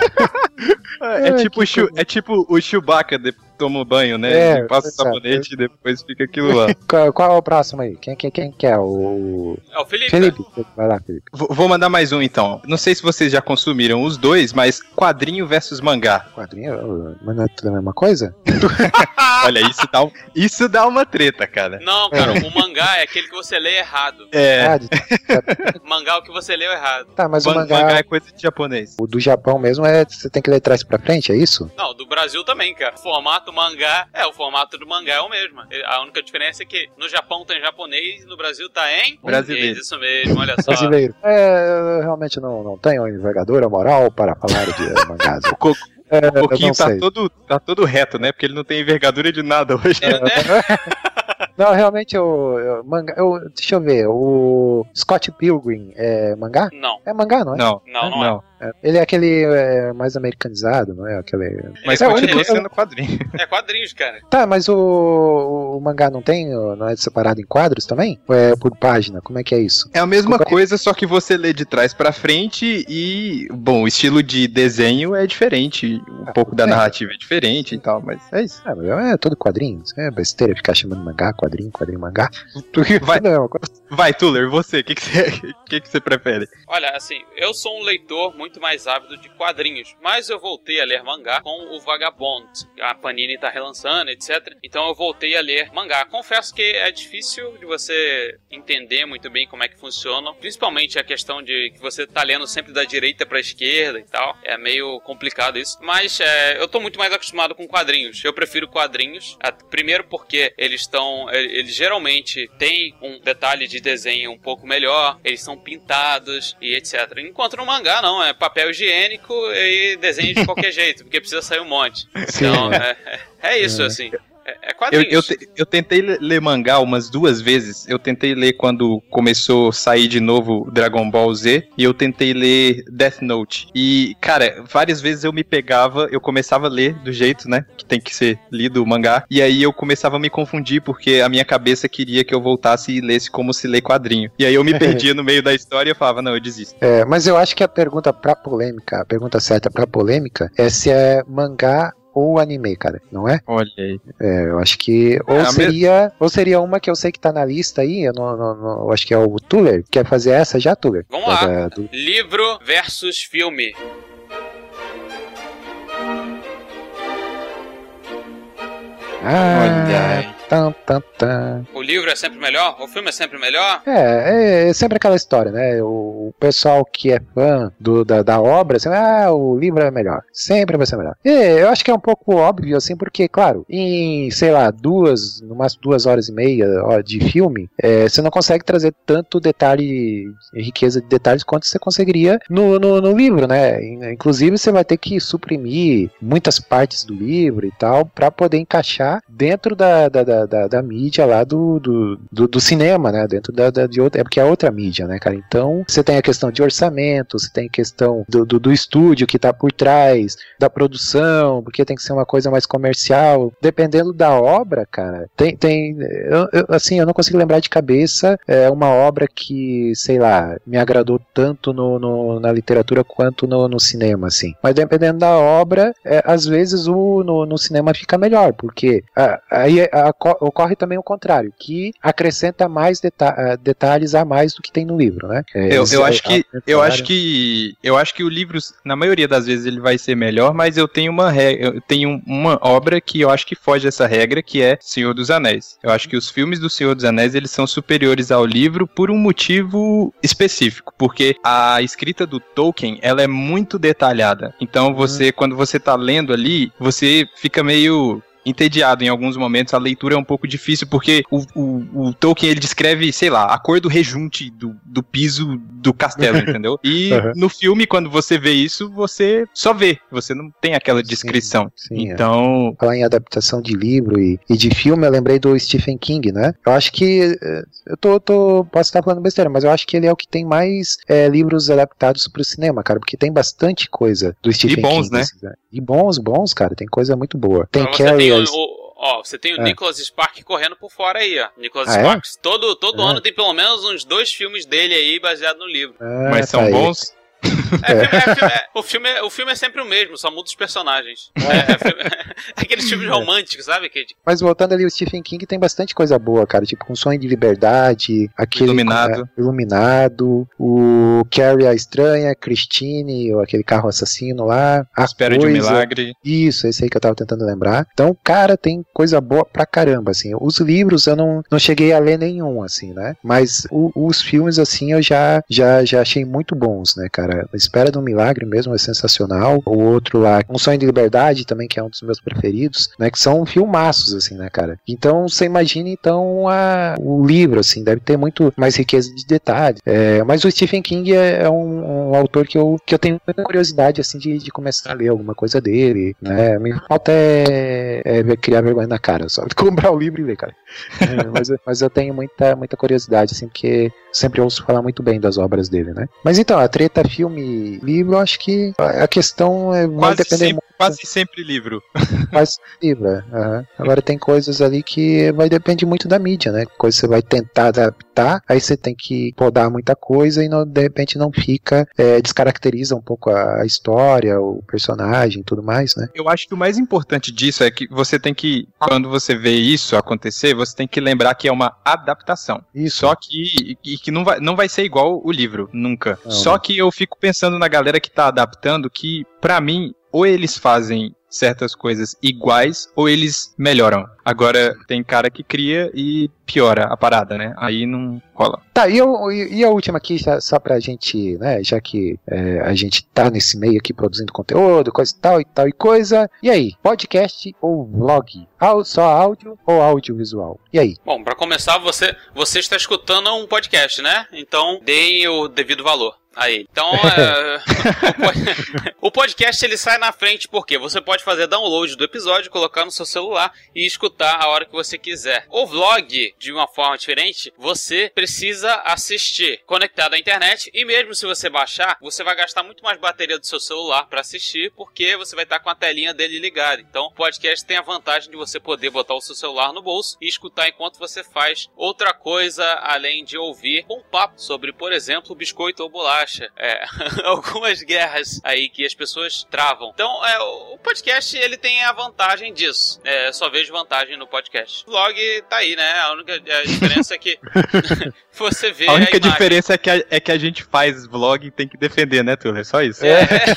É tipo o Chewbacca toma banho, né? Passa o sabonete e depois fica aquilo lá. Qual é o próximo aí? Quem que é? É o Felipe. Felipe. Vai lá, Felipe. Vou mandar mais um, então. Não sei se vocês já consumiram os dois, mas quadrinho versus mangá. Quadrinho? Mas não é tudo a mesma coisa? Olha, isso dá uma treta, cara. Não, cara, o mangá é aquele que você lê errado. Mangá é o que você leu errado. Tá, mas o mangá é coisa de japonês. O do Japão mesmo você tem que ler trás pra frente, é isso? Não, do Brasil também, cara. O formato do mangá é o mesmo. A única diferença é que no Japão tem japonês e no Brasil tá em brasileiro. Isso mesmo, olha só. Brasileiro. Eu realmente não tenho envergadura moral para falar de mangás. O Coquinho tá todo reto, né? Porque ele não tem envergadura de nada hoje. Não, realmente deixa eu ver, o Scott Pilgrim é mangá? Não. É mangá, não é? Não. Ele é aquele mais americanizado, não é? Mas continua sendo quadrinho. É quadrinhos, cara. Tá, mas o mangá não é separado em quadros também? Ou é por página? Como é que é isso? É a mesma coisa, só que você lê de trás pra frente e, bom, o estilo de desenho é diferente, um pouco da narrativa é diferente e tal, mas é isso. É todo quadrinho, é besteira ficar chamando mangá, quadrinho, mangá. Vai. Não é uma coisa. Vai, Tuller, você, o que você prefere? Olha, assim, eu sou um leitor muito mais ávido de quadrinhos, mas eu voltei a ler mangá com o Vagabond. A Panini tá relançando, etc. Então eu voltei a ler mangá. Confesso que é difícil de você entender muito bem como é que funciona, principalmente a questão de que você tá lendo sempre da direita pra esquerda e tal. É meio complicado isso. Mas eu tô muito mais acostumado com quadrinhos. Eu prefiro quadrinhos. Primeiro porque eles geralmente têm um detalhe de desenho um pouco melhor, eles são pintados e etc. Enquanto no mangá não, é papel higiênico e desenho de qualquer jeito, porque precisa sair um monte. Então, é isso, assim. É quadrinhos. Eu tentei ler mangá umas 2 vezes. Eu tentei ler quando começou a sair de novo Dragon Ball Z. E eu tentei ler Death Note. E, cara, várias vezes eu começava a ler do jeito, né, que tem que ser lido o mangá. E aí eu começava a me confundir, porque a minha cabeça queria que eu voltasse e lesse como se lê quadrinho. E aí eu me perdia no meio da história e eu falava, não, eu desisto. Mas eu acho que a pergunta certa pra polêmica é se é mangá ou anime, cara, não é? Olha aí. Eu acho que ou seria uma que eu sei que tá na lista aí, eu acho que é o Tuller. Quer fazer essa já, Tuller? Vamos lá. Livro versus filme. Olha aí. O livro é sempre melhor? O filme é sempre melhor? É sempre aquela história, né? O pessoal que é fã da obra, assim, o livro é melhor. Sempre vai ser melhor. E eu acho que é um pouco óbvio, assim, porque, claro, em, sei lá, no máximo 2 horas e meia de filme, você não consegue trazer tanto detalhe, riqueza de detalhes quanto você conseguiria no livro, né? Inclusive, você vai ter que suprimir muitas partes do livro e tal, pra poder encaixar dentro da mídia lá do cinema, né? Dentro de outra, porque é outra mídia, né, cara? Então, você tem a questão de orçamento, você tem a questão do estúdio que tá por trás, da produção, porque tem que ser uma coisa mais comercial. Dependendo da obra, cara, eu não consigo lembrar de cabeça uma obra que, sei lá, me agradou tanto na literatura quanto no cinema, assim. Mas dependendo da obra, às vezes no cinema fica melhor, porque aí ocorre também o contrário, que acrescenta mais detalhes a mais do que tem no livro, né? Eu acho que o livro, na maioria das vezes, ele vai ser melhor, mas eu tenho uma obra que eu acho que foge dessa regra, que é Senhor dos Anéis. Eu acho que os filmes do Senhor dos Anéis, eles são superiores ao livro por um motivo específico, porque a escrita do Tolkien, ela é muito detalhada. Então quando você tá lendo ali, você fica meio entediado em alguns momentos, a leitura é um pouco difícil, porque o Tolkien, ele descreve, sei lá, a cor do rejunte do piso do castelo, entendeu? E no filme, quando você vê isso, você só vê, você não tem aquela descrição. Sim, então... Falar em adaptação de livro e de filme, eu lembrei do Stephen King, né? Eu acho que, posso estar falando besteira, mas eu acho que ele é o que tem mais livros adaptados pro cinema, cara, porque tem bastante coisa do Stephen King. E bons, né? E bons, cara, tem coisa muito boa. Tem Carrie... Você tem o Nicholas Sparks correndo por fora aí, ó. Nicholas Sparks, todo ano tem pelo menos uns 2 filmes dele aí baseado no livro. Mas são bons? O filme é sempre o mesmo, só muda os personagens. Aqueles filmes românticos, sabe? Mas voltando ali, o Stephen King tem bastante coisa boa, cara. Tipo, Um Sonho de Liberdade, aquele Iluminado, o Carrie a Estranha, Christine, aquele carro assassino lá. A Espera de um Milagre. Isso, esse aí que eu tava tentando lembrar. Então, cara, tem coisa boa pra caramba, assim. Os livros eu não cheguei a ler nenhum, assim, né? Mas os filmes, assim, eu já achei muito bons, né, cara? A Espera de um Milagre mesmo é sensacional. O outro lá, Um Sonho de Liberdade também, que é um dos meus preferidos, né, que são filmaços, assim, né, cara? Então, você imagina, então, o livro, assim, deve ter muito mais riqueza de detalhes. Mas o Stephen King é um autor que eu tenho muita curiosidade, assim, de começar a ler alguma coisa dele, né? Me falta criar vergonha na cara, só de comprar o livro e ler, cara. Mas eu tenho muita curiosidade, assim, porque sempre ouço falar muito bem das obras dele, né? Mas então, a treta filme de livro, eu acho que a questão vai depender muito. Quase sempre livro. Quase livro, uhum. Agora tem coisas ali que vai depender muito da mídia, né? Coisa que você vai tentar adaptar, aí você tem que podar muita coisa e de repente não fica, descaracteriza um pouco a história, o personagem e tudo mais, né? Eu acho que o mais importante disso é que você tem que, quando você vê isso acontecer, você tem que lembrar que é uma adaptação. Isso. Só que não vai ser igual o livro, nunca. Não. Só que eu fico pensando na galera que tá adaptando, que pra mim, ou eles fazem certas coisas iguais, ou eles melhoram. Agora, tem cara que cria e piora a parada, né? Aí não rola. Tá, e a última aqui, só pra gente, né, já que a gente tá nesse meio aqui produzindo conteúdo, coisa e tal e coisa. E aí, podcast ou vlog? Só áudio ou audiovisual? E aí? Bom, pra começar, você está escutando um podcast, né? Então, deem o devido valor. Aí, então o podcast ele sai na frente porque você pode fazer download do episódio, colocar no seu celular e escutar a hora que você quiser. O vlog, de uma forma diferente, você precisa assistir conectado à internet e mesmo se você baixar, você vai gastar muito mais bateria do seu celular para assistir porque você vai estar com a telinha dele ligada. Então o podcast tem a vantagem de você poder botar o seu celular no bolso e escutar enquanto você faz outra coisa além de ouvir um papo sobre, por exemplo, biscoito ou bolacha. Algumas guerras aí que as pessoas travam. Então, o podcast, ele tem a vantagem disso. Só vejo vantagem no podcast. O vlog tá aí, né? A única diferença é que você vê a única diferença é que a gente faz vlog e tem que defender, né, Túlio? É só isso.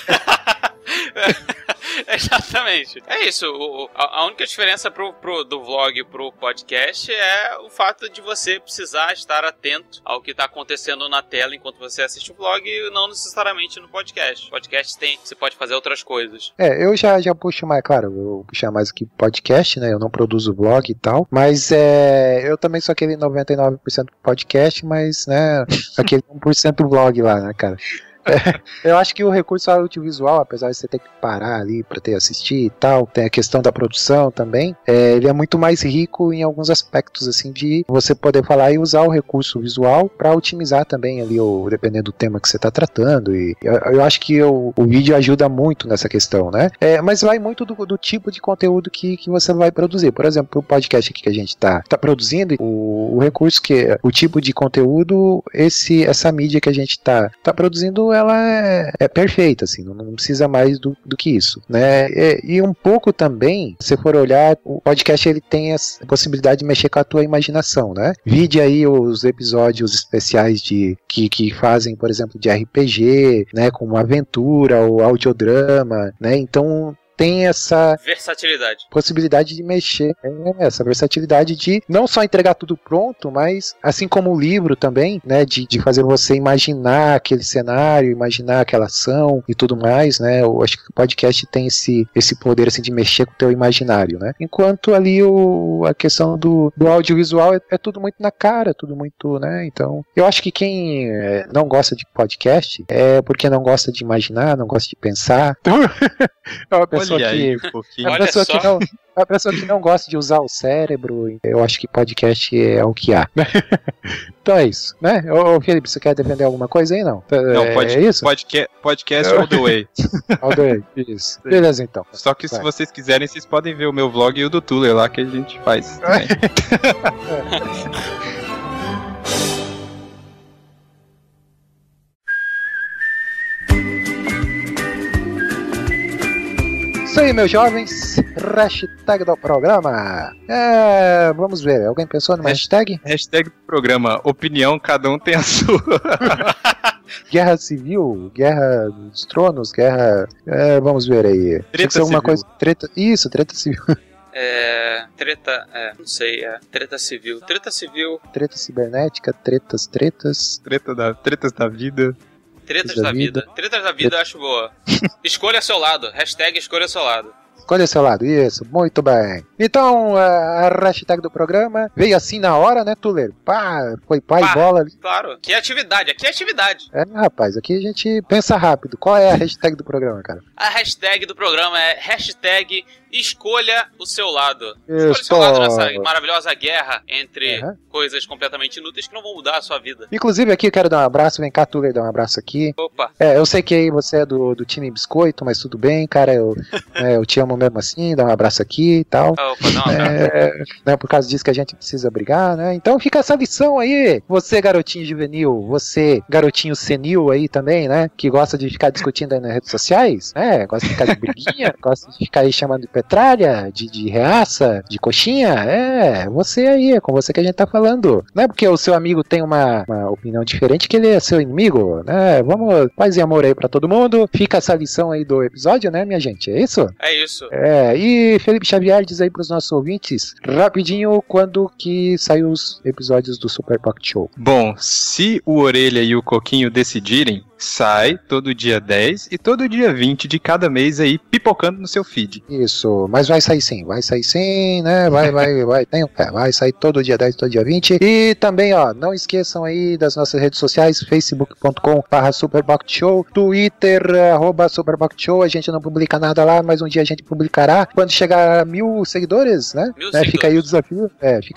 Exatamente. É isso. A única diferença do vlog pro podcast é o fato de você precisar estar atento ao que está acontecendo na tela enquanto você assiste o vlog e não necessariamente no podcast. Podcast você pode fazer outras coisas. Eu já puxo mais, claro, eu vou puxar mais aqui podcast, né? Eu não produzo vlog e tal, mas eu também sou aquele 99% podcast, mas, né, aquele 1% vlog lá, né, cara? Eu acho que o recurso audiovisual, apesar de você ter que parar ali pra ter assistir e tal, tem a questão da produção também, ele é muito mais rico em alguns aspectos, assim, de você poder falar e usar o recurso visual pra otimizar também ali, dependendo do tema que você tá tratando, e eu acho que o vídeo ajuda muito nessa questão, né? Mas vai muito do tipo de conteúdo que você vai produzir. Por exemplo, o podcast aqui que a gente tá produzindo, o recurso o tipo de conteúdo, essa mídia que a gente tá produzindo, ela é perfeita, assim, não precisa mais do que isso, né? E um pouco também, se for olhar, o podcast ele tem a possibilidade de mexer com a tua imaginação, né? Vide aí os episódios especiais que fazem, por exemplo, de RPG, né? Como aventura ou audiodrama, né? Então tem essa versatilidade, possibilidade de mexer, essa versatilidade de não só entregar tudo pronto, mas assim como o livro também, né, de fazer você imaginar aquele cenário, imaginar aquela ação e tudo mais, né? Eu acho que o podcast tem esse poder assim de mexer com o teu imaginário, né? Enquanto ali a questão do audiovisual é tudo muito na cara, tudo muito, né? Então, eu acho que quem não gosta de podcast é porque não gosta de imaginar, não gosta de pensar. Então, é uma pessoa a pessoa que não gosta de usar o cérebro, eu acho que podcast é o que há. Então é isso, né? Ô Felipe, você quer defender alguma coisa aí, não? Não, é isso? Podcast all the way. All the way, isso. Beleza, então. Só que se vocês quiserem, vocês podem ver o meu vlog e o do Tuller lá que a gente faz. Isso aí, meus jovens, hashtag do programa. Vamos ver, alguém pensou numa hashtag? Hashtag do programa, opinião, cada um tem a sua. Guerra civil, guerra dos tronos, guerra... vamos ver aí. Treta civil. Alguma coisa... Treta civil. Não sei, treta civil. Treta civil. Treta cibernética, tretas. Tretas da vida. Tretas da vida. Tretas da vida, acho boa. Escolha seu lado. Hashtag escolha seu lado. Escolha seu lado, isso, muito bem. Então, a hashtag do programa veio assim na hora, né, Tuller? Foi pai e bola ali. Claro, aqui é atividade. Rapaz, aqui a gente pensa rápido. Qual é a hashtag do programa, cara? A hashtag do programa é hashtag escolha o seu lado. Escolha o seu lado nessa maravilhosa guerra entre coisas completamente inúteis que não vão mudar a sua vida. Inclusive aqui eu quero dar um abraço, vem cá, Tuller, dar um abraço aqui. Opa. Eu sei que aí você é do time Biscoito, mas tudo bem, cara, eu te amo mesmo assim, dá um abraço aqui e tal. Opa, não, Por causa disso que a gente precisa brigar, né? Então fica essa lição aí, você garotinho juvenil, você garotinho senil aí também, né? Que gosta de ficar discutindo aí nas redes sociais, né? Gosta de ficar de briguinha, gosta de ficar aí chamando de petralha, de reaça, de coxinha, você aí, é com você que a gente tá falando. Não é porque o seu amigo tem uma opinião diferente que ele é seu inimigo, né? Vamos, paz e amor aí pra todo mundo. Fica essa lição aí do episódio, né, minha gente? É isso? É isso. E Felipe Xavier diz aí pros nossos ouvintes, rapidinho, quando que saiu os episódios do Super Pocket Show? Bom, se o Orelha e o Coquinho decidirem, sai todo dia 10 e todo dia 20 de cada mês aí, pipocando no seu feed. Isso, mas vai sair sim, né? Vai sair todo dia 10, todo dia 20. E também, não esqueçam aí das nossas redes sociais, facebook.com/superpoctshow, Twitter, @superpoctshow. A gente não publica nada lá, mas um dia a gente publicará. Quando chegar a 1000 seguidores, né? Fica aí o desafio.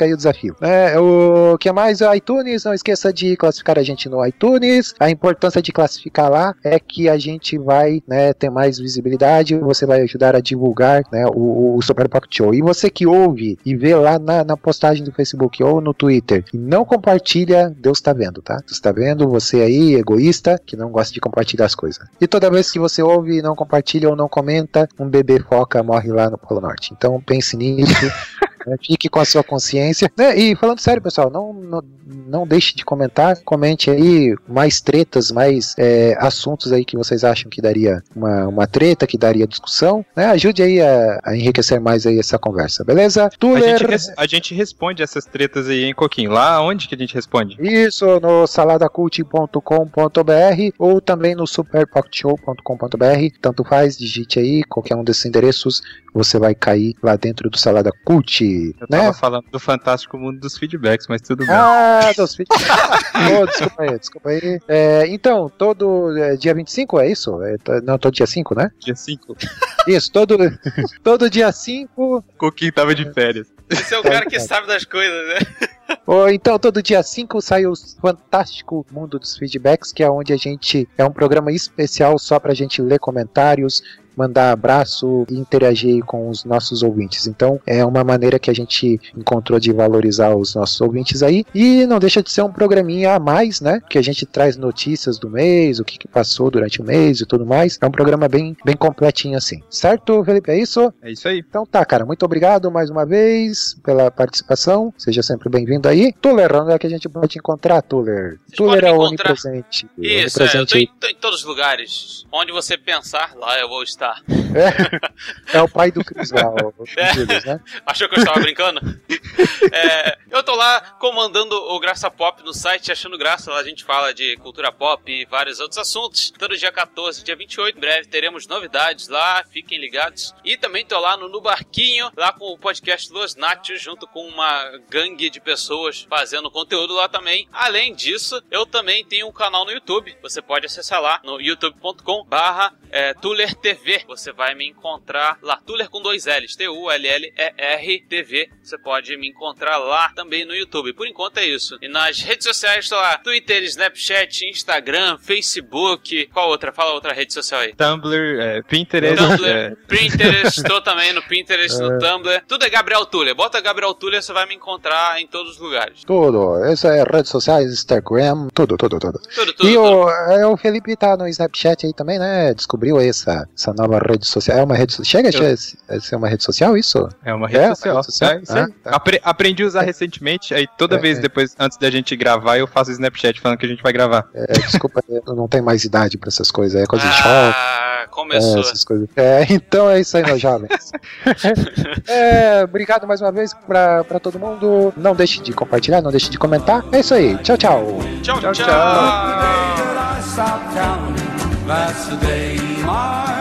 O que mais? iTunes, não esqueça de classificar a gente no iTunes. A importância de classificar lá é que a gente vai, né, ter mais visibilidade, você vai ajudar a divulgar, né, o Super Pocket Show. E você que ouve e vê lá na postagem do Facebook ou no Twitter e não compartilha, Deus tá vendo, tá? Deus tá vendo, você aí, egoísta, que não gosta de compartilhar as coisas. E toda vez que você ouve e não compartilha ou não comenta, um bebê foca morre lá no Polo Norte. Então pense nisso. Fique com a sua consciência, né? E falando sério, pessoal, não deixe de comentar, comente aí mais tretas, mais assuntos aí que vocês acham que daria uma treta, que daria discussão, né? Ajude aí a enriquecer mais aí essa conversa, beleza? A gente responde essas tretas aí, hein, Coquinho? Lá onde que a gente responde? Isso, no saladacult.com.br ou também no superpoctshow.com.br, tanto faz, digite aí, qualquer um desses endereços, você vai cair lá dentro do Salada Cult. Eu tava falando do fantástico mundo dos feedbacks, mas tudo bem. Dos feedbacks. Desculpa aí. Então, todo dia 25, é isso? Não, todo dia 5, né? Dia 5. Isso, todo dia 5. Coquinho tava de férias. Esse é o cara que sabe das coisas, né? Então, todo dia 5 sai o fantástico mundo dos feedbacks, que é onde a gente... É um programa especial só pra gente ler comentários, mandar abraço e interagir com os nossos ouvintes. Então é uma maneira que a gente encontrou de valorizar os nossos ouvintes aí, e não deixa de ser um programinha a mais, né, que a gente traz notícias do mês, o que passou durante o mês e tudo mais. É um programa bem completinho assim, certo, Felipe? É isso? É isso aí. Então tá, cara, muito obrigado mais uma vez pela participação, seja sempre bem-vindo aí. Tuller, onde é que a gente pode encontrar, Tuller? Tuller é onipresente. Isso, eu tô em todos os lugares. Onde você pensar, lá eu vou estar. É o pai do Chris lá, né? Achou que eu estava brincando? Eu tô lá comandando o Graça Pop no site Achando Graça. Lá a gente fala de cultura pop e vários outros assuntos. Todo dia 14, dia 28, em breve teremos novidades lá, fiquem ligados. E também tô lá no Barquinho, lá com o podcast Los Nachos, junto com uma gangue de pessoas fazendo conteúdo lá também. Além disso, eu também tenho um canal no YouTube. Você pode acessar lá no youtube.com/Tuller TV. Você vai me encontrar lá, Tuller com 2 L's, T-U-L-L-E-R TV. Você pode me encontrar lá também no YouTube. Por enquanto é isso. E nas redes sociais estou lá, Twitter, Snapchat, Instagram, Facebook. Qual outra? Fala outra rede social aí. Tumblr, Pinterest. Pinterest, estou também no Pinterest, no Tumblr. Tudo é Gabriel Tuller. Bota Gabriel Tuller, você vai me encontrar em todos os lugares. Tudo. Essa é redes sociais, Instagram, tudo. E o Felipe tá no Snapchat aí também, né? Descobriu aí essa nova rede social. É uma rede social? Chega a ser uma rede social, isso? É uma rede social. Tá. Aprendi a usar recentemente, aí toda vez depois, antes da gente gravar, eu faço Snapchat falando que a gente vai gravar. Desculpa, eu não tenho mais idade pra essas coisas, é coisa de show. Começou. Essas coisas. Então é isso aí, meus jovens. Obrigado mais uma vez pra todo mundo. Não deixe de compartilhar, não deixe de comentar. É isso aí. Tchau. Tchau. That's the day